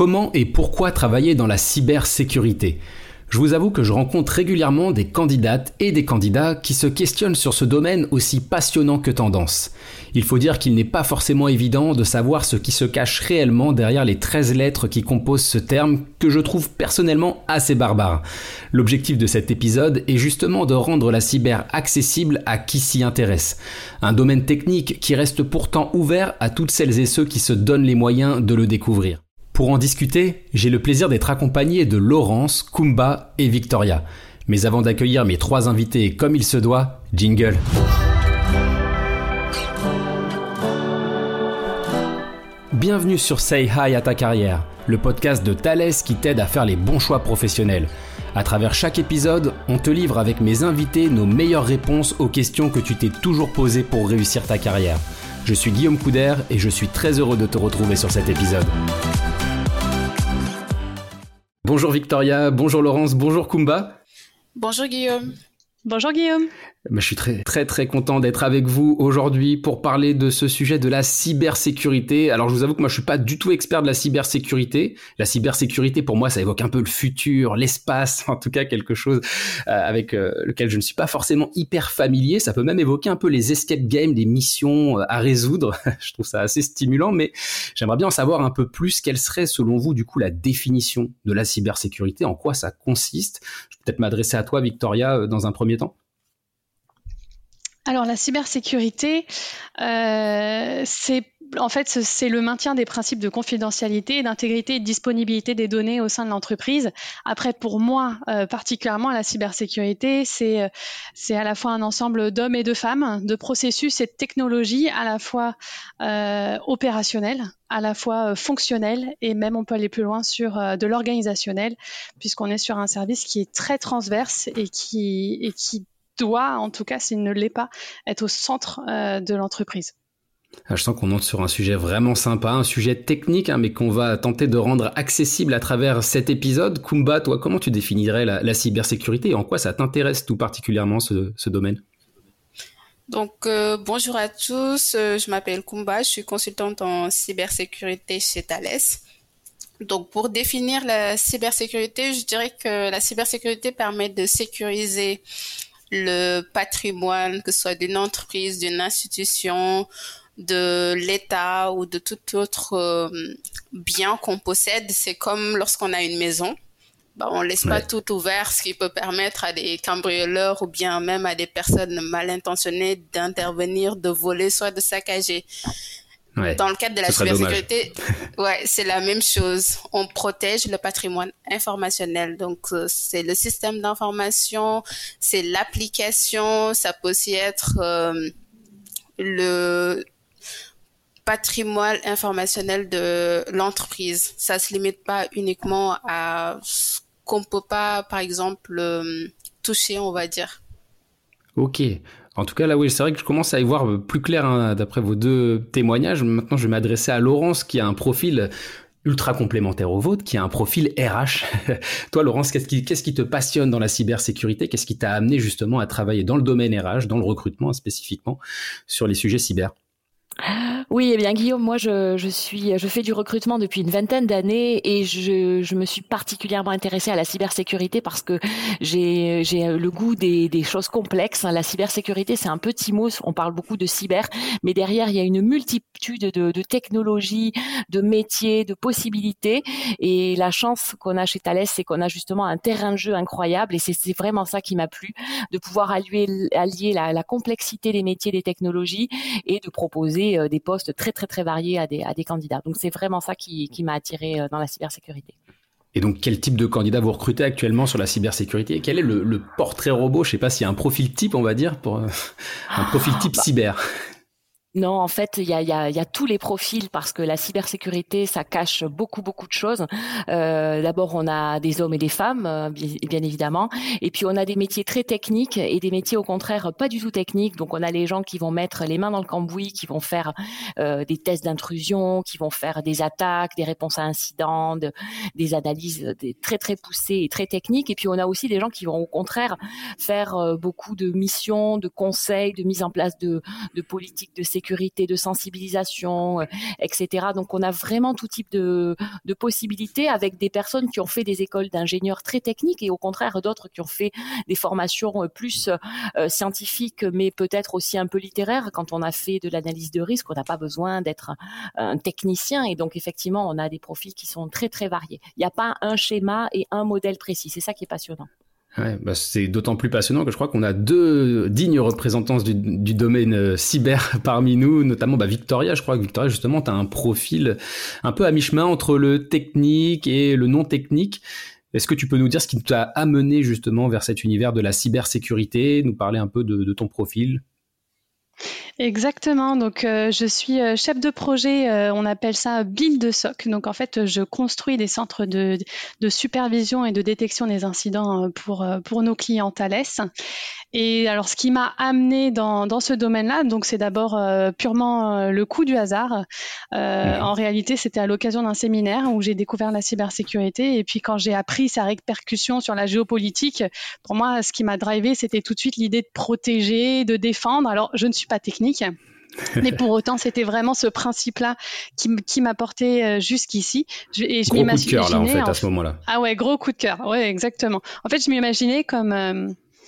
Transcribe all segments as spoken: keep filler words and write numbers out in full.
Comment et pourquoi travailler dans la cybersécurité ? Je vous avoue que je rencontre régulièrement des candidates et des candidats qui se questionnent sur ce domaine aussi passionnant que tendance. Il faut dire qu'il n'est pas forcément évident de savoir ce qui se cache réellement derrière les treize lettres qui composent ce terme que je trouve personnellement assez barbare. L'objectif de cet épisode est justement de rendre la cyber accessible à qui s'y intéresse. Un domaine technique qui reste pourtant ouvert à toutes celles et ceux qui se donnent les moyens de le découvrir. Pour en discuter, j'ai le plaisir d'être accompagné de Laurence, Kumba et Victoria. Mais avant d'accueillir mes trois invités comme il se doit, jingle. Bienvenue sur Say Hi à ta carrière, le podcast de Thales qui t'aide à faire les bons choix professionnels. À travers chaque épisode, on te livre avec mes invités nos meilleures réponses aux questions que tu t'es toujours posées pour réussir ta carrière. Je suis Guillaume Couder et je suis très heureux de te retrouver sur cet épisode. Bonjour Victoria, bonjour Laurence, bonjour Kumba. Bonjour Guillaume. Bonjour Guillaume. Je suis très très très content d'être avec vous aujourd'hui pour parler de ce sujet de la cybersécurité. Alors je vous avoue que moi je suis pas du tout expert de la cybersécurité. La cybersécurité pour moi ça évoque un peu le futur, l'espace, en tout cas quelque chose euh, avec euh, lequel je ne suis pas forcément hyper familier. Ça peut même évoquer un peu les escape games, des missions euh, à résoudre. Je trouve ça assez stimulant, mais j'aimerais bien en savoir un peu plus. Quelle serait selon vous du coup la définition de la cybersécurité, en quoi ça consiste? Je peux peut-être m'adresser à toi Victoria euh, dans un premier temps. Alors la cybersécurité, euh, c'est en fait c'est le maintien des principes de confidentialité, d'intégrité et de disponibilité des données au sein de l'entreprise. Après, pour moi euh, particulièrement, la cybersécurité, c'est c'est à la fois un ensemble d'hommes et de femmes, de processus et de technologies à la fois euh, opérationnels, à la fois euh, fonctionnels et même on peut aller plus loin sur euh, de l'organisationnel, puisqu'on est sur un service qui est très transverse et qui et qui doit, en tout cas s'il ne l'est pas, être au centre euh, de l'entreprise. Ah, je sens qu'on entre sur un sujet vraiment sympa, un sujet technique, hein, mais qu'on va tenter de rendre accessible à travers cet épisode. Kumba, toi, comment tu définirais la, la cybersécurité et en quoi ça t'intéresse tout particulièrement ce, ce domaine ? Donc, euh, bonjour à tous, euh, je m'appelle Kumba, je suis consultante en cybersécurité chez Thales. Donc, pour définir la cybersécurité, je dirais que la cybersécurité permet de sécuriser le patrimoine, que ce soit d'une entreprise, d'une institution, de l'État ou de tout autre euh, bien qu'on possède. C'est comme lorsqu'on a une maison. Ben, on laisse pas ouais. tout ouvert, ce qui peut permettre à des cambrioleurs ou bien même à des personnes mal intentionnées d'intervenir, de voler, soit de saccager. Ouais, dans le cadre de la cybersécurité, ouais, c'est la même chose. On protège le patrimoine informationnel. Donc, euh, c'est le système d'information, c'est l'application, ça peut aussi être euh, le patrimoine informationnel de l'entreprise. Ça se limite pas uniquement à ce qu'on peut pas, par exemple, euh, toucher, on va dire. Ok. En tout cas, là, oui, c'est vrai que je commence à y voir plus clair hein, d'après vos deux témoignages. Maintenant, je vais m'adresser à Laurence qui a un profil ultra complémentaire au vôtre, qui a un profil R H. Toi, Laurence, qu'est-ce qui, qu'est-ce qui te passionne dans la cybersécurité ? Qu'est-ce qui t'a amené justement à travailler dans le domaine R H, dans le recrutement spécifiquement, sur les sujets cyber ? Oui, eh bien Guillaume, moi je, je suis, je fais du recrutement depuis une vingtaine d'années et je, je me suis particulièrement intéressée à la cybersécurité parce que j'ai, j'ai le goût des, des choses complexes. La cybersécurité, c'est un petit mot, on parle beaucoup de cyber, mais derrière il y a une multitude de, de technologies, de métiers, de possibilités. Et la chance qu'on a chez Thales, c'est qu'on a justement un terrain de jeu incroyable et c'est, c'est vraiment ça qui m'a plu, de pouvoir allier, allier la, la complexité des métiers, des technologies et de proposer des postes très très très variés à des à des candidats. Donc c'est vraiment ça qui qui m'a attiré dans la cybersécurité. Et donc quel type de candidat vous recrutez actuellement sur la cybersécurité ? Quel est le, le portrait robot ? Je sais pas s'il y a un profil type, on va dire, pour un profil type bah. cyber. Non, en fait, il y a, il y a, il y a tous les profils parce que la cybersécurité, ça cache beaucoup, beaucoup de choses. Euh, d'abord, on a des hommes et des femmes, euh, bien, bien évidemment. Et puis, on a des métiers très techniques et des métiers, au contraire, pas du tout techniques. Donc, on a les gens qui vont mettre les mains dans le cambouis, qui vont faire euh, des tests d'intrusion, qui vont faire des attaques, des réponses à incidents, de, des analyses des, très, très poussées et très techniques. Et puis, on a aussi des gens qui vont, au contraire, faire euh, beaucoup de missions, de conseils, de mise en place de, de politiques de sécurité sécurité, de sensibilisation, euh, et cetera. Donc, on a vraiment tout type de, de possibilités avec des personnes qui ont fait des écoles d'ingénieurs très techniques et au contraire d'autres qui ont fait des formations plus euh, scientifiques, mais peut-être aussi un peu littéraires. Quand on a fait de l'analyse de risque, on n'a pas besoin d'être un, un technicien et donc effectivement, on a des profils qui sont très très variés. Il n'y a pas un schéma et un modèle précis. C'est ça qui est passionnant. Ouais, bah c'est d'autant plus passionnant que je crois qu'on a deux dignes représentances du, du domaine euh, cyber parmi nous, notamment bah, Victoria. Je crois que Victoria, justement, tu as un profil un peu à mi-chemin entre le technique et le non technique. Est-ce que tu peux nous dire ce qui t'a amené justement vers cet univers de la cybersécurité, nous parler un peu de, de ton profil ? Exactement. Donc, euh, je suis euh, chef de projet. Euh, on appelle ça build S O C. Donc, en fait, je construis des centres de, de supervision et de détection des incidents pour pour nos clients Thales. Et alors, ce qui m'a amené dans dans ce domaine-là, donc c'est d'abord euh, purement euh, le coup du hasard. Euh, mmh. En réalité, c'était à l'occasion d'un séminaire où j'ai découvert la cybersécurité. Et puis, quand j'ai appris sa répercussion sur la géopolitique, pour moi, ce qui m'a drivé, c'était tout de suite l'idée de protéger, de défendre. Alors, je ne suis pas technique, mais pour autant, c'était vraiment ce principe-là qui, qui m'a porté jusqu'ici. Je, et je gros coup de cœur, là, en fait, à ce moment-là. Ah ouais, gros coup de cœur. Ouais, exactement. En fait, je m'imaginais comme... Euh,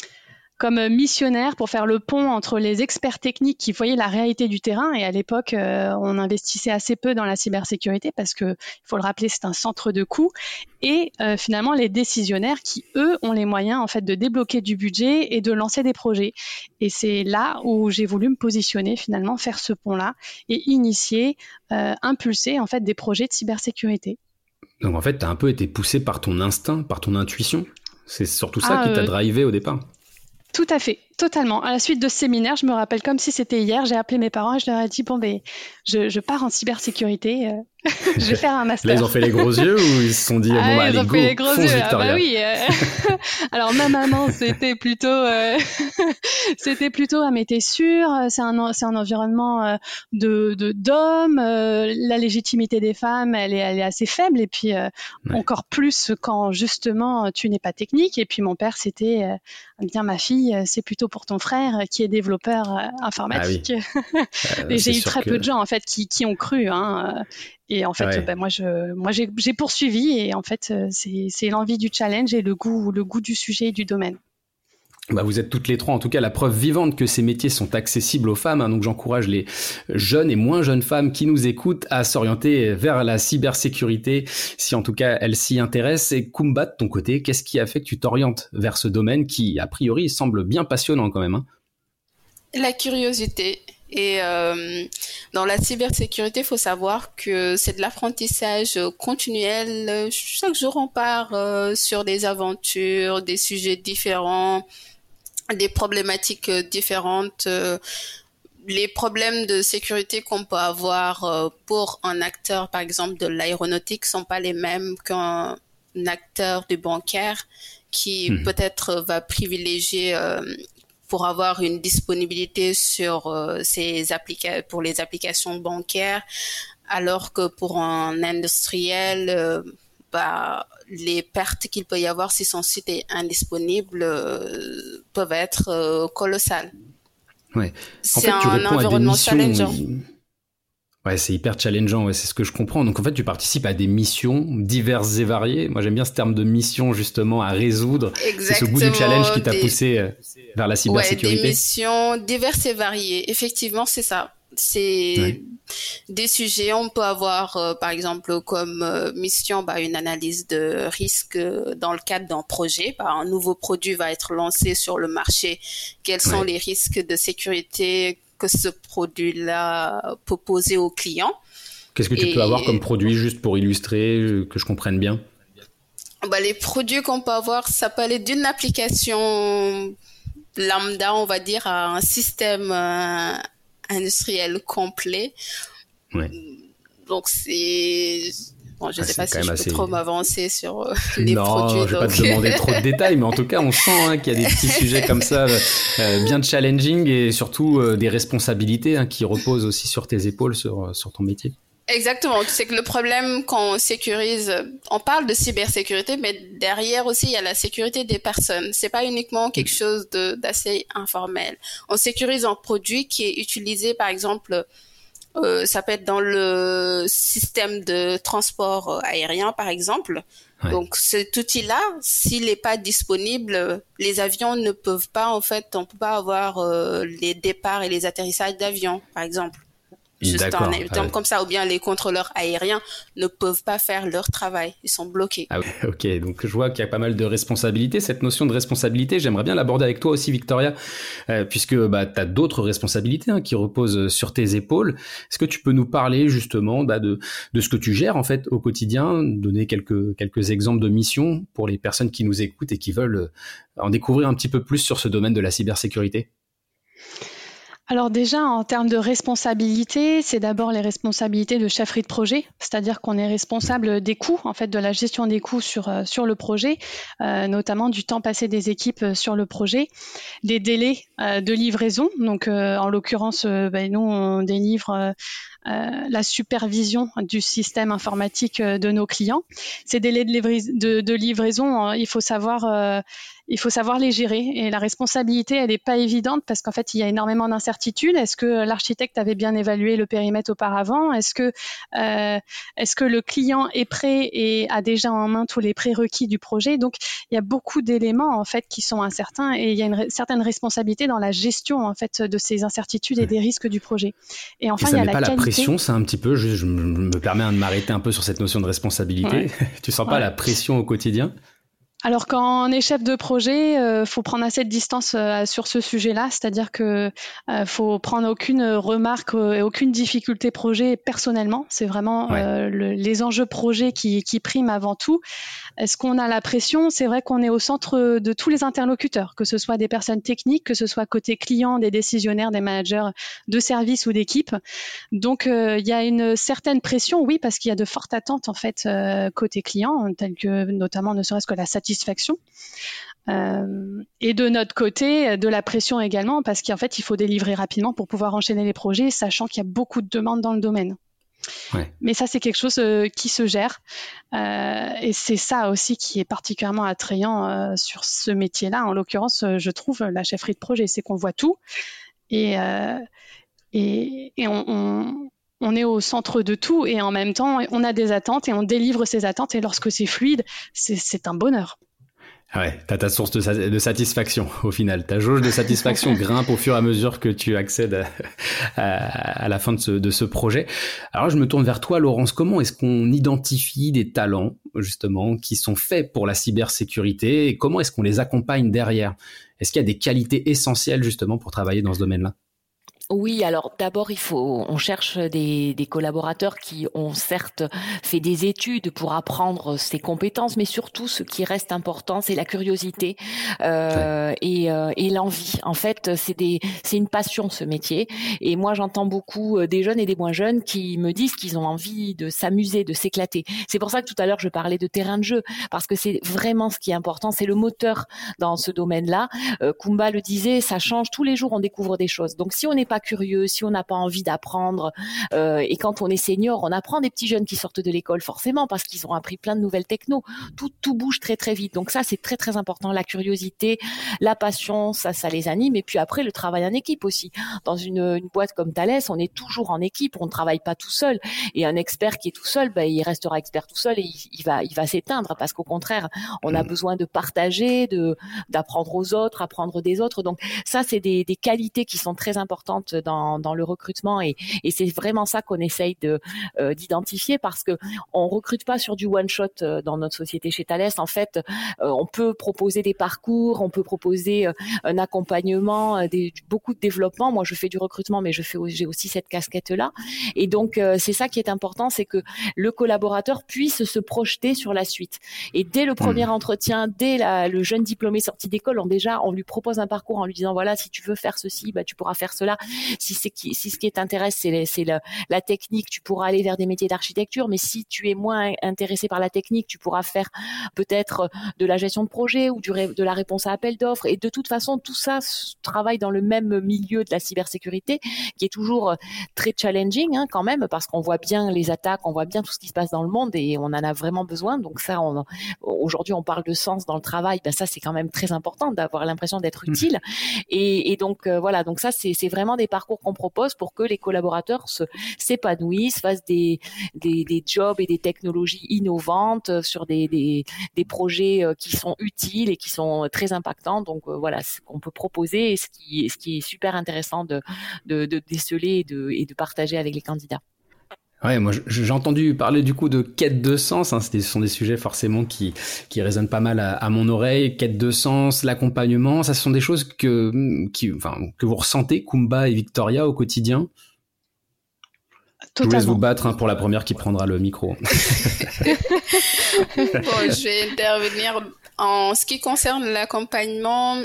comme missionnaire pour faire le pont entre les experts techniques qui voyaient la réalité du terrain. Et à l'époque, euh, on investissait assez peu dans la cybersécurité parce que, il faut le rappeler, c'est un centre de coûts. Et euh, finalement, les décisionnaires qui, eux, ont les moyens en fait de débloquer du budget et de lancer des projets. Et c'est là où j'ai voulu me positionner, finalement, faire ce pont-là et initier, euh, impulser en fait des projets de cybersécurité. Donc en fait, tu as un peu été poussé par ton instinct, par ton intuition. C'est surtout ça ah, qui t'a euh... drivé au départ. Tout à fait, totalement. À la suite de ce séminaire, je me rappelle comme si c'était hier, j'ai appelé mes parents et je leur ai dit, bon, ben, je, je pars en cybersécurité, euh, je vais faire un master. Là, ils ont fait les gros yeux ou ils se sont dit, ah, bon, bah, ils allez, ont go, fait les gros fonce yeux. Victoria. Ah bah oui. Euh... Alors, ma maman, c'était plutôt, euh... c'était plutôt, ah, mais t'es sûre, c'est un, c'est un environnement euh, de, de, d'hommes, euh, la légitimité des femmes, elle est, elle est assez faible, et puis euh, ouais. encore plus quand, justement, tu n'es pas technique. Et puis, mon père, c'était, euh, bien, ma fille, c'est plutôt pour ton frère qui est développeur euh, informatique. Ah oui. euh, et j'ai eu très que... peu de gens, en fait, qui, qui ont cru, hein. Et en fait, ouais. ben, moi, je, moi j'ai, j'ai poursuivi et en fait, c'est, c'est l'envie du challenge et le goût, le goût du sujet et du domaine. Bah vous êtes toutes les trois, en tout cas, la preuve vivante que ces métiers sont accessibles aux femmes. Hein, donc, j'encourage les jeunes et moins jeunes femmes qui nous écoutent à s'orienter vers la cybersécurité, si en tout cas elles s'y intéressent. Et Koumba, de ton côté, qu'est-ce qui a fait que tu t'orientes vers ce domaine qui, a priori, semble bien passionnant quand même, hein ? La curiosité. Et euh, dans la cybersécurité, il faut savoir que c'est de l'apprentissage continuel. Chaque jour, on part euh, sur des aventures, des sujets différents, des problématiques différentes. Euh, les problèmes de sécurité qu'on peut avoir euh, pour un acteur, par exemple, de l'aéronautique, sont pas les mêmes qu'un acteur du bancaire qui mmh. peut-être va privilégier... Euh, pour avoir une disponibilité sur euh, ces applica- pour les applications bancaires, alors que pour un industriel, euh, bah, les pertes qu'il peut y avoir si son site est indisponible euh, peuvent être euh, colossales. Ouais. En c'est fait, tu un environnement challengeant. Ouais, c'est hyper challengeant, ouais, c'est ce que je comprends. Donc en fait, tu participes à des missions diverses et variées. Moi, j'aime bien ce terme de mission, justement, à résoudre. Exactement. C'est ce goût du challenge qui t'a des... poussé vers la cybersécurité. Ouais, des missions diverses et variées. Effectivement, c'est ça. C'est ouais. des sujets. On peut avoir, euh, par exemple, comme euh, mission, bah, une analyse de risque euh, dans le cadre d'un projet. Bah, un nouveau produit va être lancé sur le marché. Quels sont ouais. les risques de sécurité que ce produit-là peut poser aux clients. Qu'est-ce que tu et... peux avoir comme produit, juste pour illustrer, que je comprenne bien ? Bah, les produits qu'on peut avoir, ça peut aller d'une application lambda, on va dire, à un système euh, industriel complet. Ouais. Donc, c'est... Bon, je ne ah, sais pas si je assez... peux trop m'avancer sur euh, les non, produits. Non, je ne vais donc... pas te demander trop de détails, mais en tout cas, on sent hein, qu'il y a des petits sujets comme ça, euh, bien challenging et surtout euh, des responsabilités hein, qui reposent aussi sur tes épaules, sur, sur ton métier. Exactement. C'est que le problème quand on sécurise, on parle de cybersécurité, mais derrière aussi il y a la sécurité des personnes. C'est pas uniquement quelque chose de d'assez informel. On sécurise un produit qui est utilisé, par exemple, euh, ça peut être dans le système de transport aérien, par exemple. Ouais. Donc cet outil-là, s'il n'est pas disponible, les avions ne peuvent pas, en fait, on peut pas avoir euh, les départs et les atterrissages d'avions, par exemple. Juste D'accord. en termes ouais. comme ça, ou bien les contrôleurs aériens ne peuvent pas faire leur travail, ils sont bloqués. Ah oui, ok, donc je vois qu'il y a pas mal de responsabilités. Cette notion de responsabilité, j'aimerais bien l'aborder avec toi aussi, Victoria, euh, puisque bah, tu as d'autres responsabilités hein, qui reposent sur tes épaules. Est-ce que tu peux nous parler justement bah, de, de ce que tu gères en fait au quotidien, donner quelques, quelques exemples de missions pour les personnes qui nous écoutent et qui veulent en découvrir un petit peu plus sur ce domaine de la cybersécurité ? Alors déjà, en termes de responsabilité, c'est d'abord les responsabilités de chefferie de projet, c'est-à-dire qu'on est responsable des coûts, en fait, de la gestion des coûts sur, euh, sur le projet, euh, notamment du temps passé des équipes sur le projet, des délais euh, de livraison. Donc, euh, en l'occurrence, euh, ben, nous, on délivre euh, euh, la supervision du système informatique de nos clients. Ces délais de, livra- de, de livraison, il faut savoir... Euh, Il faut savoir les gérer et la responsabilité, elle n'est pas évidente parce qu'en fait, il y a énormément d'incertitudes. Est-ce que l'architecte avait bien évalué le périmètre auparavant ? Est-ce que, euh, est-ce que le client est prêt et a déjà en main tous les prérequis du projet ? Donc, il y a beaucoup d'éléments en fait qui sont incertains et il y a une re- certaine responsabilité dans la gestion en fait de ces incertitudes et des risques du projet. Et enfin, et ça il y a met la pas qualité. La pression, c'est un petit peu. Je, je me permets de m'arrêter un peu sur cette notion de responsabilité. Ouais. Tu sens pas ouais. la pression au quotidien ? Alors quand on est chef de projet, euh, faut prendre assez de distance euh, sur ce sujet-là, c'est-à-dire que euh, faut prendre aucune remarque et euh, aucune difficulté projet personnellement. C'est vraiment ouais. euh, le, les enjeux projet qui, qui priment avant tout. Est-ce qu'on a la pression ? C'est vrai qu'on est au centre de tous les interlocuteurs, que ce soit des personnes techniques, que ce soit côté client, des décisionnaires, des managers de service ou d'équipe. Donc euh, il y a une certaine pression, oui, parce qu'il y a de fortes attentes en fait euh, côté client, telles que notamment ne serait-ce que la satisfaction satisfaction. Euh, et de notre côté, de la pression également, parce qu'en fait, il faut délivrer rapidement pour pouvoir enchaîner les projets, sachant qu'il y a beaucoup de demandes dans le domaine. Ouais. Mais ça, c'est quelque chose euh, qui se gère. Euh, et c'est ça aussi qui est particulièrement attrayant euh, sur ce métier-là. En l'occurrence, euh, je trouve, la chefferie de projet, c'est qu'on voit tout. Et, euh, et, et on... on On est au centre de tout et en même temps, on a des attentes et on délivre ces attentes. Et lorsque c'est fluide, c'est, c'est un bonheur. Ouais, t'as ta source de, de satisfaction au final. Ta jauge de satisfaction grimpe au fur et à mesure que tu accèdes à, à, à la fin de ce, de ce projet. Alors je me tourne vers toi, Laurence. Comment est-ce qu'on identifie des talents, justement, qui sont faits pour la cybersécurité et comment est-ce qu'on les accompagne derrière ? Est-ce qu'il y a des qualités essentielles, justement, pour travailler dans ce domaine-là ? Oui, alors d'abord, il faut, on cherche des, des collaborateurs qui ont certes fait des études pour apprendre ces compétences, mais surtout ce qui reste important, c'est la curiosité euh, ouais. et, euh, et l'envie. En fait, c'est des, c'est une passion ce métier. Et moi, j'entends beaucoup des jeunes et des moins jeunes qui me disent qu'ils ont envie de s'amuser, de s'éclater. C'est pour ça que tout à l'heure je parlais de terrain de jeu, parce que c'est vraiment ce qui est important, c'est le moteur dans ce domaine-là. Euh, Kumba le disait, ça change tous les jours, on découvre des choses. Donc si on n'est pas curieux, si on n'a pas envie d'apprendre, euh, et quand on est senior, on apprend des petits jeunes qui sortent de l'école forcément parce qu'ils ont appris plein de nouvelles technos. Tout, tout bouge très très vite. Donc ça, c'est très très important. La curiosité, la passion, ça, ça les anime. Et puis après, le travail en équipe aussi. Dans une, une boîte comme Thales, on est toujours en équipe. On ne travaille pas tout seul. Et un expert qui est tout seul, ben, il restera expert tout seul et il, il va, il va s'éteindre parce qu'au contraire, on a besoin de partager, de, d'apprendre aux autres, apprendre des autres. Donc ça, c'est des, des qualités qui sont très importantes dans, dans le recrutement et, et c'est vraiment ça qu'on essaye de, euh, d'identifier parce que on recrute pas sur du one shot euh, dans notre société chez Thales. En fait, euh, on peut proposer des parcours, on peut proposer euh, un accompagnement, euh, des, beaucoup de développement. Moi, je fais du recrutement, mais je fais j'ai aussi cette casquette-là. Et donc, euh, c'est ça qui est important, c'est que le collaborateur puisse se projeter sur la suite. Et dès le premier mmh. entretien, dès la, le jeune diplômé sorti d'école, on déjà on lui propose un parcours en lui disant voilà, si tu veux faire ceci, bah tu pourras faire cela. si c'est qui, si ce qui t'intéresse c'est, c'est la, la technique, tu pourras aller vers des métiers d'architecture, mais si tu es moins intéressé par la technique, tu pourras faire peut-être de la gestion de projet ou du, de la réponse à appel d'offres. Et de toute façon, tout ça travaille dans le même milieu de la cybersécurité, qui est toujours très challenging hein, quand même, parce qu'on voit bien les attaques, on voit bien tout ce qui se passe dans le monde et on en a vraiment besoin. Donc ça, on, aujourd'hui, on parle de sens dans le travail. Ben ça, c'est quand même très important d'avoir l'impression d'être utile. Mmh. Et, et donc euh, voilà, donc ça, c'est, c'est vraiment des parcours qu'on propose pour que les collaborateurs se, s'épanouissent, fassent des, des, des jobs et des technologies innovantes sur des, des, des projets qui sont utiles et qui sont très impactants. Donc euh, voilà, ce qu'on peut proposer et ce qui, ce qui est super intéressant de, de, de déceler et de, et de partager avec les candidats. Ouais, moi j'ai entendu parler du coup de quête de sens, hein, ce sont des sujets forcément qui, qui résonnent pas mal à, à mon oreille, quête de sens, l'accompagnement, ça ce sont des choses que, qui, enfin, que vous ressentez, Koumba et Victoria, au quotidien? Totalement. Je vous laisse vous battre hein, pour la première qui prendra le micro. Bon, je vais intervenir. En ce qui concerne l'accompagnement,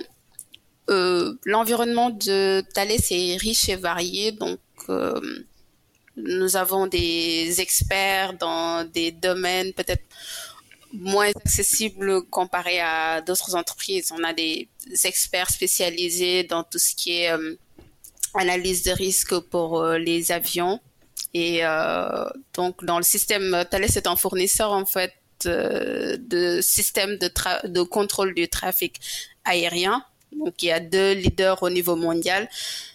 euh, l'environnement de Thales est riche et varié, donc euh, nous avons des experts dans des domaines peut-être moins accessibles comparés à d'autres entreprises. On a des experts spécialisés dans tout ce qui est euh, analyse de risque pour euh, les avions. Et euh, donc, dans le système, Thales est un fournisseur en fait euh, de systèmes de, tra- de contrôle du trafic aérien. Donc, il y a deux leaders au niveau mondial.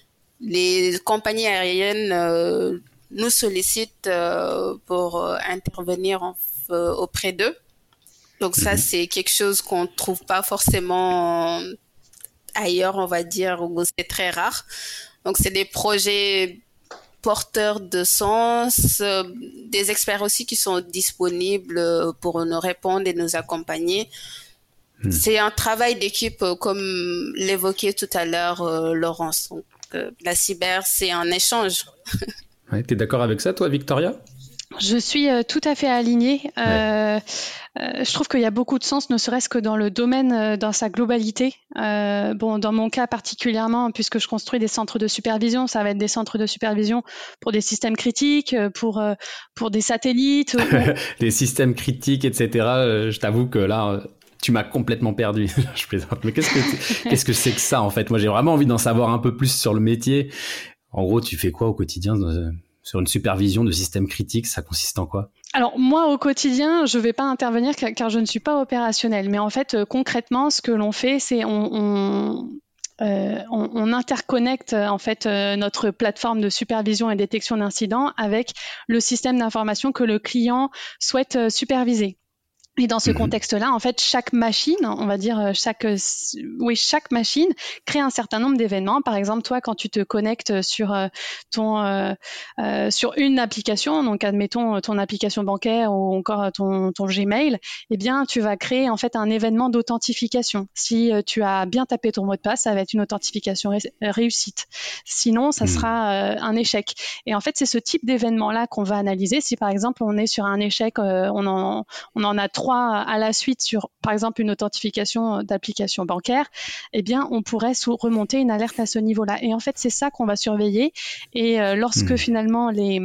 Les compagnies aériennes euh, nous sollicitent euh, pour euh, intervenir en, euh, auprès d'eux. Donc ça, c'est quelque chose qu'on ne trouve pas forcément ailleurs, on va dire, où c'est très rare. Donc c'est des projets porteurs de sens, euh, des experts aussi qui sont disponibles pour nous répondre et nous accompagner. Mmh. C'est un travail d'équipe, euh, comme l'évoquait tout à l'heure euh, Laurence. Donc euh, la cyber, c'est un échange. Ouais, t'es d'accord avec ça, toi, Victoria ? Je suis euh, tout à fait alignée. Euh, ouais. euh, je trouve qu'il y a beaucoup de sens, ne serait-ce que dans le domaine, euh, dans sa globalité. Euh, bon, dans mon cas particulièrement, puisque je construis des centres de supervision, ça va être des centres de supervision pour des systèmes critiques, pour euh, pour des satellites. Les systèmes critiques, et cetera. Euh, je t'avoue que là. Euh... Tu m'as complètement perdu. Je plaisante. Mais qu'est-ce que, qu'est-ce que c'est que ça, en fait? Moi, j'ai vraiment envie d'en savoir un peu plus sur le métier. En gros, tu fais quoi au quotidien euh, sur une supervision de système critique? Ça consiste en quoi? Alors, moi, au quotidien, je ne vais pas intervenir car, car je ne suis pas opérationnelle. Mais en fait, euh, concrètement, ce que l'on fait, c'est on... on... Euh, on, on interconnecte en fait euh, notre plateforme de supervision et détection d'incidents avec le système d'information que le client souhaite euh, superviser. Et dans ce mmh. contexte-là, en fait, chaque machine, on va dire chaque, oui, chaque machine crée un certain nombre d'événements. Par exemple, toi, quand tu te connectes sur ton, euh, euh, sur une application, donc admettons ton application bancaire ou encore ton, ton Gmail, eh bien, tu vas créer en fait un événement d'authentification. Si tu as bien tapé ton mot de passe, ça va être une authentification ré- réussite. Sinon, ça mmh. sera euh, un échec. Et en fait, c'est ce type d'événement-là qu'on va analyser. Si par exemple, on est sur un échec, euh, on en, on en a trois à la suite sur, par exemple, une authentification d'application bancaire, eh bien, on pourrait remonter une alerte à ce niveau-là. Et en fait, c'est ça qu'on va surveiller. Et euh, lorsque mmh. finalement les,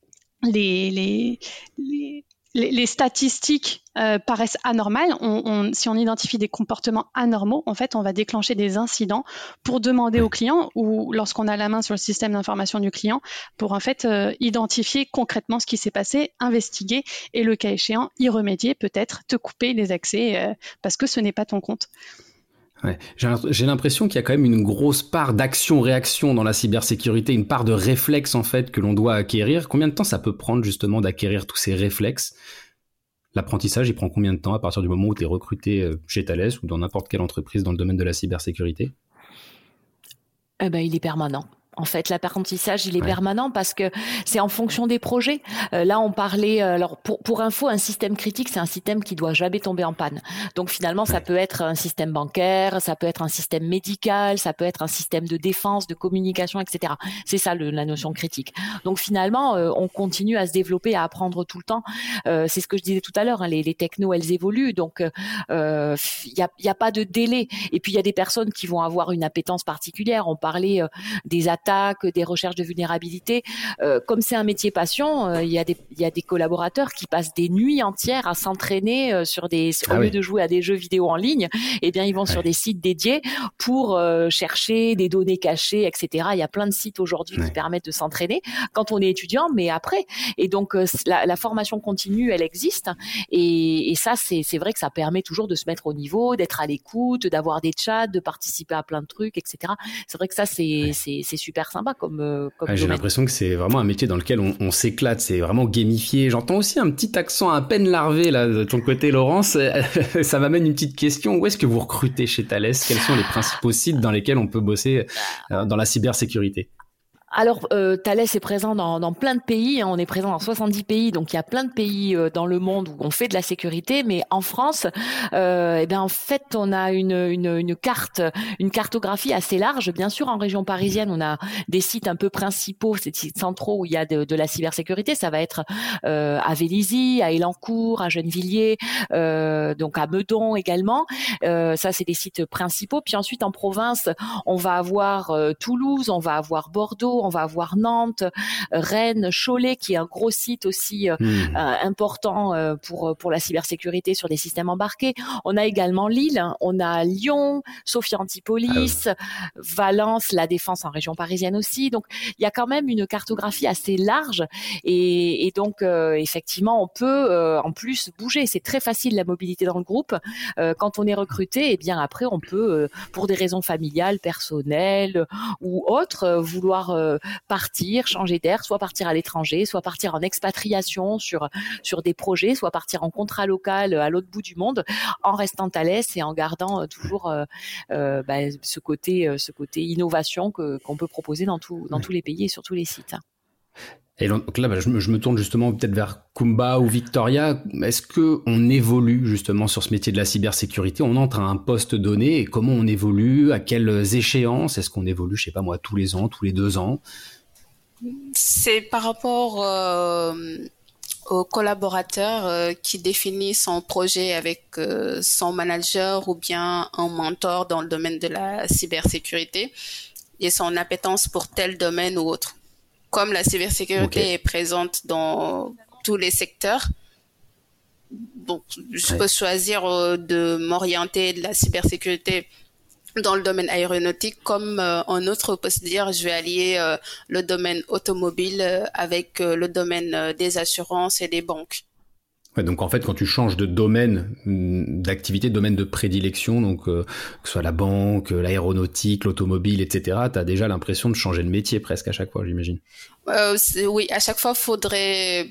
les, les, les Les, les statistiques euh, paraissent anormales, on, on, si on identifie des comportements anormaux, en fait, on va déclencher des incidents pour demander au client ou lorsqu'on a la main sur le système d'information du client pour en fait euh, identifier concrètement ce qui s'est passé, investiguer et le cas échéant y remédier, peut-être te couper les accès euh, parce que ce n'est pas ton compte. Ouais. J'ai l'impression qu'il y a quand même une grosse part d'action-réaction dans la cybersécurité, une part de réflexe en fait que l'on doit acquérir. Combien de temps ça peut prendre justement d'acquérir tous ces réflexes? L'apprentissage, il prend combien de temps à partir du moment où tu es recruté chez Thales ou dans n'importe quelle entreprise dans le domaine de la cybersécurité? Eh ben, il est permanent. En fait, l'apprentissage, il est ouais. permanent parce que c'est en fonction des projets. Euh, là, on parlait, alors pour, pour info, un système critique, c'est un système qui doit jamais tomber en panne. Donc finalement, ouais. ça peut être un système bancaire, ça peut être un système médical, ça peut être un système de défense, de communication, et cetera. C'est ça le, la notion critique. Donc finalement, euh, on continue à se développer, à apprendre tout le temps. Euh, c'est ce que je disais tout à l'heure, hein, les, les technos, elles évoluent. Donc il euh, y a, y a pas de délai. Et puis il y a des personnes qui vont avoir une appétence particulière. On parlait euh, des attaques attaques, des recherches de vulnérabilité. Euh, comme c'est un métier passion, euh, il y a des il y a des collaborateurs qui passent des nuits entières à s'entraîner euh, sur des ah au lieu oui. de jouer à des jeux vidéo en ligne, eh bien ils vont ouais. sur des sites dédiés pour euh, chercher des données cachées, et cetera. Il y a plein de sites aujourd'hui ouais. qui permettent de s'entraîner quand on est étudiant, mais après. Et donc euh, la, la formation continue, elle existe. Et, et ça, c'est c'est vrai que ça permet toujours de se mettre au niveau, d'être à l'écoute, d'avoir des chats, de participer à plein de trucs, et cetera. C'est vrai que ça, c'est ouais. c'est, c'est super sympa comme euh, comme. Ouais, j'ai l'impression que c'est vraiment un métier dans lequel on, on s'éclate. C'est vraiment gamifié. J'entends aussi un petit accent à peine larvé là de ton côté, Laurence. Ça m'amène une petite question. Où est-ce que vous recrutez chez Thales ? Quels sont les principaux sites dans lesquels on peut bosser euh, dans la cybersécurité ? Alors, euh, Thales est présent dans, dans plein de pays. Hein. On est présent dans soixante-dix pays, donc il y a plein de pays euh, dans le monde où on fait de la sécurité. Mais en France, euh, eh bien en fait, on a une, une, une carte, une cartographie assez large. Bien sûr, en région parisienne, on a des sites un peu principaux, ces sites centraux où il y a de, de la cybersécurité. Ça va être euh, à Vélizy, à Élancourt, à Gennevilliers, euh, donc à Meudon également. Euh, ça, c'est des sites principaux. Puis ensuite, en province, on va avoir euh, Toulouse, on va avoir Bordeaux. On va avoir Nantes, Rennes, Cholet, qui est un gros site aussi euh, mmh. euh, important euh, pour pour la cybersécurité sur des systèmes embarqués. On a également Lille, on a Lyon, Sophia Antipolis, ah oui. Valence, La Défense en région parisienne aussi. Donc il y a quand même une cartographie assez large et, et donc euh, effectivement on peut euh, en plus bouger. C'est très facile la mobilité dans le groupe. Euh, quand on est recruté, et eh bien après on peut euh, pour des raisons familiales, personnelles ou autres euh, vouloir euh, partir, changer d'air, soit partir à l'étranger, soit partir en expatriation sur sur des projets, soit partir en contrat local à l'autre bout du monde, en restant Thales et en gardant toujours euh, euh, bah, ce côté ce côté innovation que qu'on peut proposer dans tout dans ouais. tous les pays et sur tous les sites. Et donc là, bah, je, me, je me tourne justement peut-être vers Kumba ou Victoria. Est-ce que on évolue justement sur ce métier de la cybersécurité ? On entre à un poste donné et comment on évolue ? À quelles échéances ? Est-ce qu'on évolue, je sais pas moi, tous les ans, tous les deux ans ? C'est par rapport euh, au collaborateur euh, qui définit son projet avec euh, son manager ou bien un mentor dans le domaine de la cybersécurité et son appétence pour tel domaine ou autre. Comme la cybersécurité okay. est présente dans tous les secteurs, donc je ouais. peux choisir euh, de m'orienter de la cybersécurité dans le domaine aéronautique, comme euh, un autre peut se dire je vais allier euh, le domaine automobile euh, avec euh, le domaine euh, des assurances et des banques. Ouais, donc en fait, quand tu changes de domaine d'activité, de domaine de prédilection, donc euh, que ce soit la banque, l'aéronautique, l'automobile, et cetera, tu as déjà l'impression de changer de métier presque à chaque fois, j'imagine. Euh, oui, à chaque fois, il faudrait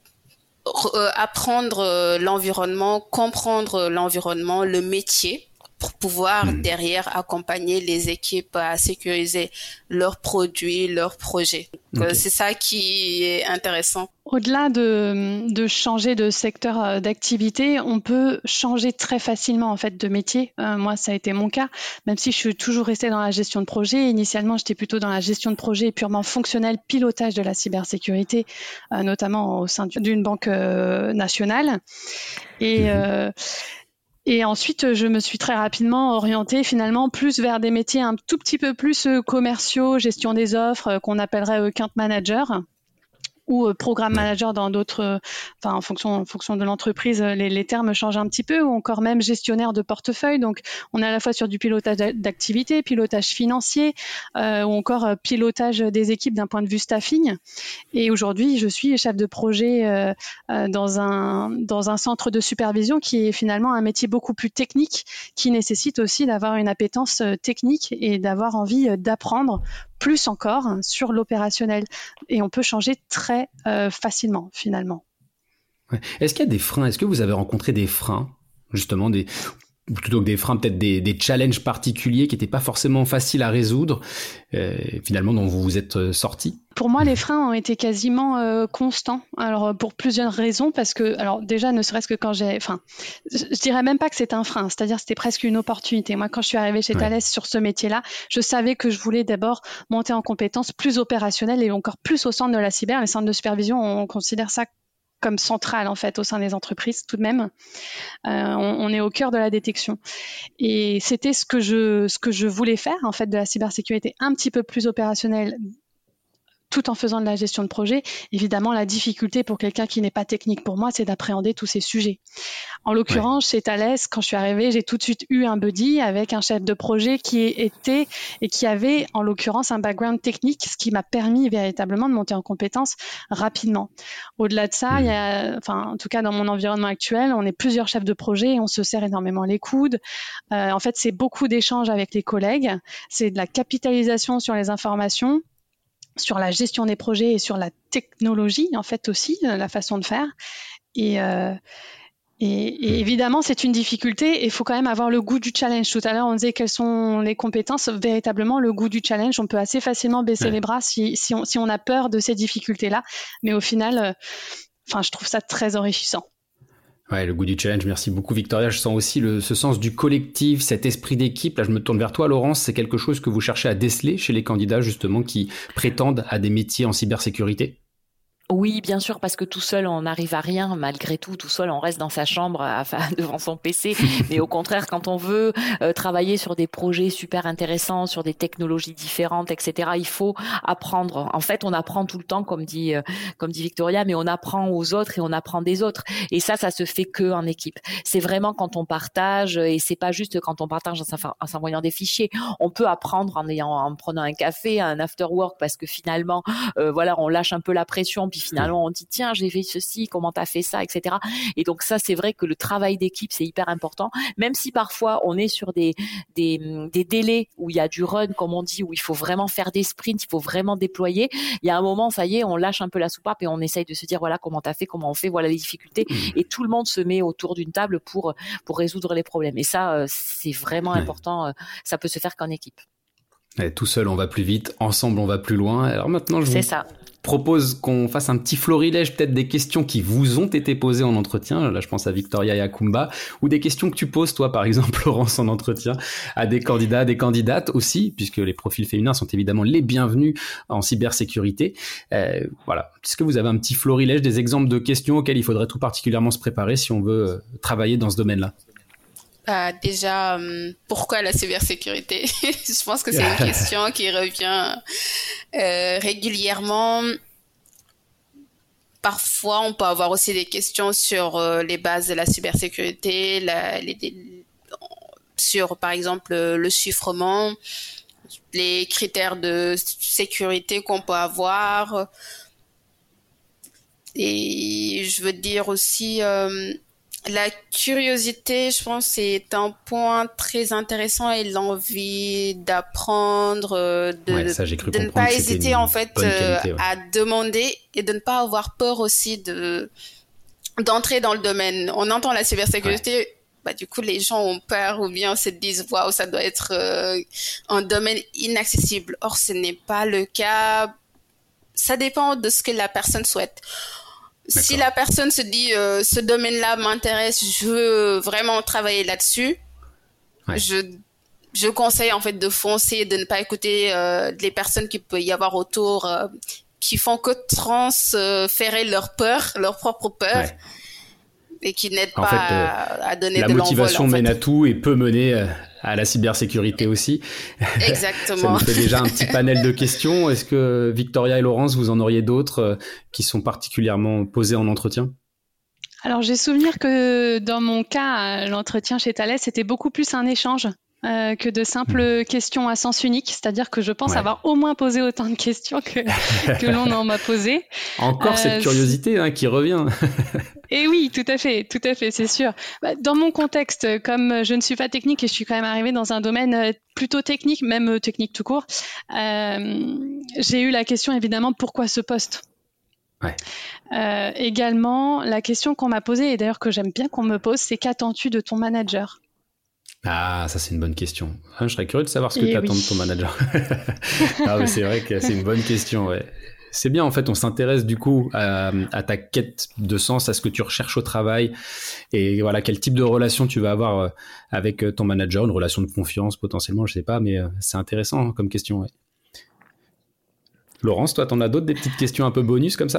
euh, apprendre euh, l'environnement, comprendre l'environnement, le métier, pour pouvoir mmh. derrière accompagner les équipes à sécuriser leurs produits, leurs projets. Donc, okay. C'est ça qui est intéressant. Au-delà de, de changer de secteur d'activité, on peut changer très facilement en fait de métier. Euh, moi, ça a été mon cas, même si je suis toujours restée dans la gestion de projet. Initialement, j'étais plutôt dans la gestion de projet purement fonctionnelle, pilotage de la cybersécurité, euh, notamment au sein d'une banque euh, nationale. Et... Mmh. Euh, Et ensuite, je me suis très rapidement orientée finalement plus vers des métiers un tout petit peu plus commerciaux, gestion des offres, qu'on appellerait account manager ou programme manager dans d'autres, enfin en fonction, en fonction de l'entreprise, les, les termes changent un petit peu, ou encore même gestionnaire de portefeuille. Donc, on est à la fois sur du pilotage d'activité, pilotage financier, euh, ou encore pilotage des équipes d'un point de vue staffing. Et aujourd'hui, je suis chef de projet euh, euh, dans un dans un centre de supervision qui est finalement un métier beaucoup plus technique, qui nécessite aussi d'avoir une appétence technique et d'avoir envie d'apprendre plus encore sur l'opérationnel. Et on peut changer très euh, facilement, finalement. Ouais. Est-ce qu'il y a des freins ? Est-ce que vous avez rencontré des freins, justement, des, plutôt que des freins, peut-être des, des challenges particuliers qui n'étaient pas forcément faciles à résoudre, euh, finalement, dont vous vous êtes sortis ? Pour moi, les freins ont été quasiment euh, constants. Alors, pour plusieurs raisons, parce que, alors déjà, ne serait-ce que quand j'ai, enfin, je, je dirais même pas que c'est un frein, c'est-à-dire c'était presque une opportunité. Moi, quand je suis arrivée chez ouais. Thales sur ce métier-là, je savais que je voulais d'abord monter en compétences plus opérationnelles et encore plus au centre de la cyber. Les centres de supervision, on considère ça comme centrale en fait au sein des entreprises tout de même. Euh, on, on est au cœur de la détection. Et c'était ce que je ce que je voulais faire en fait de la cybersécurité un petit peu plus opérationnelle, tout en faisant de la gestion de projet. Évidemment, la difficulté pour quelqu'un qui n'est pas technique pour moi, c'est d'appréhender tous ces sujets. En l'occurrence, ouais. chez Thales, quand je suis arrivée, j'ai tout de suite eu un buddy avec un chef de projet qui était et qui avait, en l'occurrence, un background technique, ce qui m'a permis véritablement de monter en compétences rapidement. Au-delà de ça, mmh. il y a, enfin, en tout cas, dans mon environnement actuel, on est plusieurs chefs de projet et on se serre énormément les coudes. Euh, en fait, c'est beaucoup d'échanges avec les collègues, c'est de la capitalisation sur les informations, sur la gestion des projets et sur la technologie, en fait, aussi, la façon de faire. Et, euh, et, et évidemment, c'est une difficulté et il faut quand même avoir le goût du challenge. Tout à l'heure, on disait quelles sont les compétences. Véritablement, le goût du challenge, on peut assez facilement baisser ouais. les bras si, si, on, si on a peur de ces difficultés-là. Mais au final, euh, enfin, je trouve ça très enrichissant. Ouais, le goût du challenge. Merci beaucoup, Victoria. Je sens aussi le, ce sens du collectif, cet esprit d'équipe. Là, je me tourne vers toi, Laurence. C'est quelque chose que vous cherchez à déceler chez les candidats, justement, qui prétendent à des métiers en cybersécurité? Oui, bien sûr, parce que tout seul, on n'arrive à rien. Malgré tout, tout seul, on reste dans sa chambre, enfin, devant son P C. Mais au contraire, quand on veut euh, travailler sur des projets super intéressants, sur des technologies différentes, et cetera, il faut apprendre. En fait, on apprend tout le temps, comme dit, euh, comme dit Victoria, mais on apprend aux autres et on apprend des autres. Et ça, ça se fait que en équipe. C'est vraiment quand on partage, et c'est pas juste quand on partage en s'envoyant des fichiers. On peut apprendre en ayant, en prenant un café, un after work, parce que finalement, euh, voilà, on lâche un peu la pression. Puis finalement, on dit tiens, j'ai fait ceci, comment t'as fait ça, et cetera. Et donc ça, c'est vrai que le travail d'équipe, c'est hyper important. Même si parfois on est sur des des des délais où il y a du run, comme on dit, où il faut vraiment faire des sprints, il faut vraiment déployer. Il y a un moment, ça y est, on lâche un peu la soupape et on essaye de se dire voilà comment t'as fait, comment on fait, voilà les difficultés. Et tout le monde se met autour d'une table pour pour résoudre les problèmes. Et ça, c'est vraiment important. Ça peut se faire qu'en équipe. Et tout seul, on va plus vite. Ensemble, on va plus loin. Alors maintenant, je c'est vous ça. propose qu'on fasse un petit florilège peut-être des questions qui vous ont été posées en entretien. Là, je pense à Victoria et à Kumba. Ou des questions que tu poses, toi, par exemple, Laurence, en entretien, à des candidats, des candidates aussi, puisque les profils féminins sont évidemment les bienvenus en cybersécurité. Euh, voilà. Est-ce que vous avez un petit florilège des exemples de questions auxquelles il faudrait tout particulièrement se préparer si on veut euh, travailler dans ce domaine-là? Euh, déjà, euh, pourquoi la cybersécurité? Je pense que c'est une question qui revient euh, régulièrement. Parfois, on peut avoir aussi des questions sur euh, les bases de la cybersécurité, la, les, les, sur, par exemple, le chiffrement, les critères de sécurité qu'on peut avoir. Et je veux dire aussi... Euh, La curiosité, je pense, c'est un point très intéressant et l'envie d'apprendre, de, ouais, ça, j'ai cru de ne pas hésiter en fait qualité, ouais. à demander et de ne pas avoir peur aussi de d'entrer dans le domaine. On entend la cybersécurité, ouais. bah du coup les gens ont peur ou bien se disent waouh, ça doit être euh, un domaine inaccessible. Or ce n'est pas le cas. Ça dépend de ce que la personne souhaite. D'accord. Si la personne se dit euh, ce domaine-là m'intéresse, je veux vraiment travailler là-dessus, ouais. je je conseille en fait de foncer, de ne pas écouter euh, les personnes qui peut y avoir autour euh, qui font que transférer leur peur, leur propre peur, ouais. et qui n'aident en pas fait, euh, à, à donner de l'envol. La motivation mène fait. à tout et peut mener euh, à la cybersécurité aussi. Exactement. Ça nous fait déjà un petit panel de questions. Est-ce que Victoria et Laurence, vous en auriez d'autres euh, qui sont particulièrement posées en entretien? Alors, j'ai souvenir que dans mon cas, l'entretien chez Thales, c'était beaucoup plus un échange. Euh, que de simples mmh. questions à sens unique, c'est-à-dire que je pense ouais. avoir au moins posé autant de questions que, que l'on en m'a posé. Encore euh, cette curiosité hein, qui revient. Et oui, tout à fait, tout à fait, c'est sûr. Dans mon contexte, comme je ne suis pas technique et je suis quand même arrivée dans un domaine plutôt technique, même technique tout court, euh, j'ai eu la question évidemment pourquoi ce poste ? Ouais. Euh, également, la question qu'on m'a posée, et d'ailleurs que j'aime bien qu'on me pose, c'est qu'attends-tu de ton manager ? Ah, ça c'est une bonne question. Ah, je serais curieux de savoir ce que tu attends oui. de ton manager. Ah, mais c'est vrai que c'est une bonne question. Ouais. C'est bien, en fait, on s'intéresse du coup à, à ta quête de sens, à ce que tu recherches au travail et voilà, quel type de relation tu vas avoir avec ton manager, une relation de confiance potentiellement, je sais pas, mais c'est intéressant comme question. Ouais. Laurence, toi, t'en as d'autres, des petites questions un peu bonus comme ça ?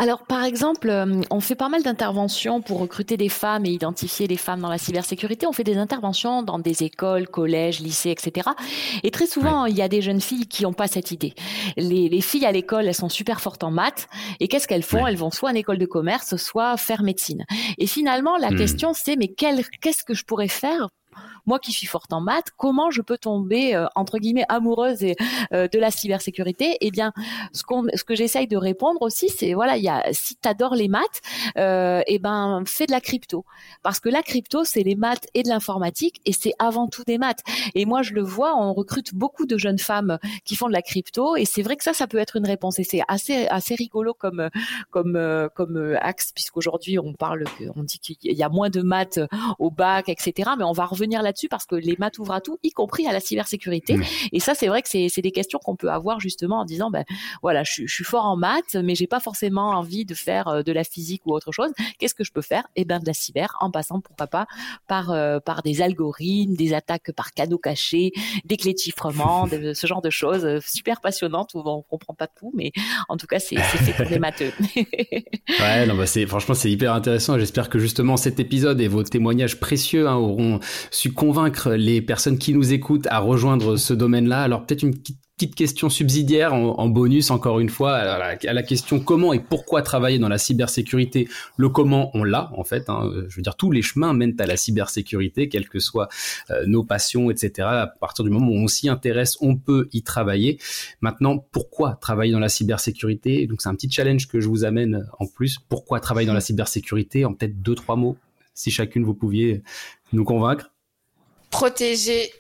Alors, par exemple, euh, on fait pas mal d'interventions pour recruter des femmes et identifier les femmes dans la cybersécurité. On fait des interventions dans des écoles, collèges, lycées, et cetera. Et très souvent, ouais. il y a des jeunes filles qui n'ont pas cette idée. Les, les filles à l'école, elles sont super fortes en maths. Et qu'est-ce qu'elles font ? Ouais. Elles vont soit en école de commerce, soit faire médecine. Et finalement, la mmh. question, c'est mais quel, qu'est-ce que je pourrais faire ? Moi qui suis forte en maths, comment je peux tomber euh, entre guillemets amoureuse et, euh, de la cybersécurité ? Eh bien, ce, qu'on, ce que j'essaye de répondre aussi, c'est voilà, il y a si t'adores les maths, euh, eh ben fais de la crypto, parce que la crypto c'est les maths et de l'informatique et c'est avant tout des maths. Et moi je le vois, on recrute beaucoup de jeunes femmes qui font de la crypto et c'est vrai que ça, ça peut être une réponse et c'est assez assez rigolo comme comme comme axe puisqu'aujourd'hui on parle, on dit qu'il y a moins de maths au bac, et cetera. Mais on va revenir là-dessus parce que les maths ouvrent à tout, y compris à la cybersécurité. Mmh. Et ça, c'est vrai que c'est, c'est des questions qu'on peut avoir justement en disant, ben voilà, je, je suis fort en maths, mais j'ai pas forcément envie de faire de la physique ou autre chose. Qu'est-ce que je peux faire ? Eh ben de la cyber, en passant pourquoi pas par euh, par des algorithmes, des attaques par canaux cachés, des clés de chiffrement, de, ce genre de choses super passionnantes où on comprend pas tout, mais en tout cas, c'est, c'est fait pour les matheux. Ouais, non, bah c'est franchement c'est hyper intéressant. J'espère que justement cet épisode et vos témoignages précieux hein, auront su convaincre les personnes qui nous écoutent à rejoindre ce domaine-là. Alors peut-être une petite, petite question subsidiaire en, en bonus encore une fois à la, à la question comment et pourquoi travailler dans la cybersécurité. Le comment on l'a en fait. Hein. Je veux dire tous les chemins mènent à la cybersécurité, quelles que soient euh, nos passions, et cetera. À partir du moment où on s'y intéresse, on peut y travailler. Maintenant, pourquoi travailler dans la cybersécurité ? Donc c'est un petit challenge que je vous amène en plus. Pourquoi travailler dans la cybersécurité ? En peut-être deux trois mots, si chacune vous pouviez nous convaincre. Protéger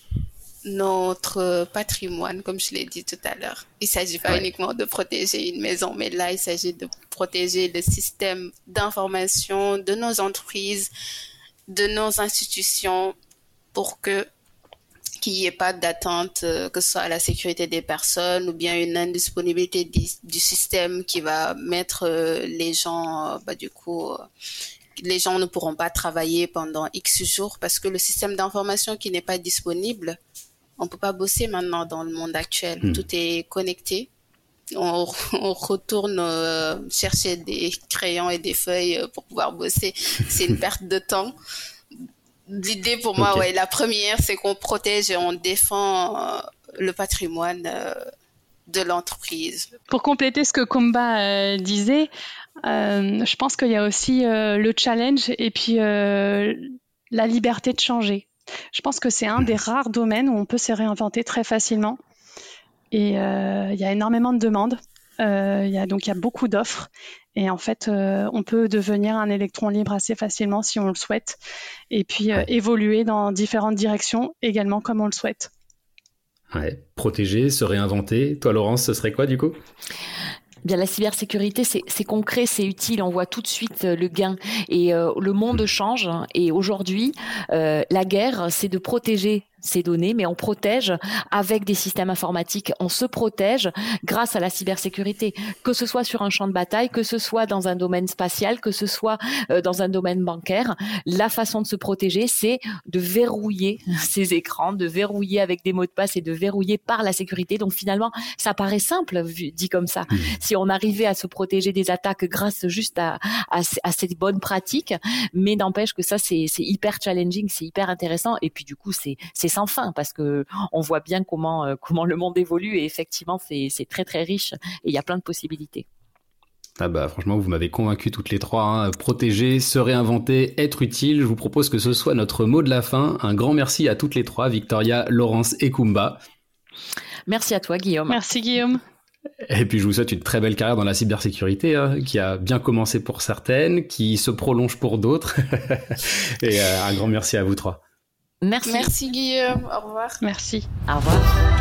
notre patrimoine, comme je l'ai dit tout à l'heure. Il ne s'agit pas ouais. uniquement de protéger une maison, mais là, il s'agit de protéger le système d'information de nos entreprises, de nos institutions, pour que qu'il n'y ait pas d'attente, que ce soit à la sécurité des personnes ou bien une indisponibilité du, du système qui va mettre les gens, bah, du coup... les gens ne pourront pas travailler pendant X jours parce que le système d'information qui n'est pas disponible, on ne peut pas bosser maintenant dans le monde actuel. Mmh. Tout est connecté. On, on retourne euh, chercher des crayons et des feuilles pour pouvoir bosser. C'est une perte de temps. L'idée pour moi, okay. ouais, la première, c'est qu'on protège et on défend euh, le patrimoine euh, de l'entreprise. Pour compléter ce que Kumba euh, disait, Euh, je pense qu'il y a aussi euh, le challenge et puis euh, la liberté de changer. Je pense que c'est un des rares domaines où on peut se réinventer très facilement. Et euh, il y a énormément de demandes. Euh, il y a, donc il y a beaucoup d'offres. Et en fait, euh, on peut devenir un électron libre assez facilement si on le souhaite. Et puis euh, évoluer dans différentes directions également comme on le souhaite. Ouais, protéger, se réinventer. Toi, Laurence, ce serait quoi du coup ? Bien, la cybersécurité, c'est, c'est concret, c'est utile. On voit tout de suite le gain. Et euh, le monde change. Et aujourd'hui, euh, la guerre, c'est de protéger ces données, mais on protège avec des systèmes informatiques. On se protège grâce à la cybersécurité, que ce soit sur un champ de bataille, que ce soit dans un domaine spatial, que ce soit euh, dans un domaine bancaire. La façon de se protéger, c'est de verrouiller ces écrans, de verrouiller avec des mots de passe et de verrouiller par la sécurité. Donc finalement, ça paraît simple vu, dit comme ça. Mmh. Si on arrivait à se protéger des attaques grâce juste à, à, à ces bonnes pratiques, mais n'empêche que ça, c'est, c'est hyper challenging, c'est hyper intéressant. Et puis du coup, c'est, c'est sans fin parce que on voit bien comment euh, comment le monde évolue et effectivement c'est c'est très très riche et il y a plein de possibilités. Ah bah franchement vous m'avez convaincu toutes les trois, hein. Protéger, se réinventer, être utile. Je vous propose que ce soit notre mot de la fin. Un grand merci à toutes les trois, Victoria, Laurence et Kumba. Merci à toi Guillaume. Merci Guillaume. Et puis je vous souhaite une très belle carrière dans la cybersécurité, hein, qui a bien commencé pour certaines, qui se prolonge pour d'autres. Et euh, un grand merci à vous trois. Merci. Merci Guillaume, au revoir. Merci. Au revoir.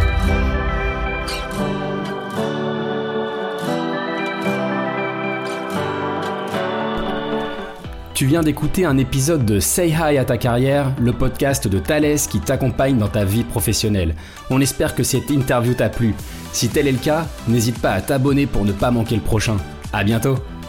Tu viens d'écouter un épisode de Say Hi à ta carrière, le podcast de Thales qui t'accompagne dans ta vie professionnelle. On espère que cette interview t'a plu. Si tel est le cas, n'hésite pas à t'abonner pour ne pas manquer le prochain. À bientôt.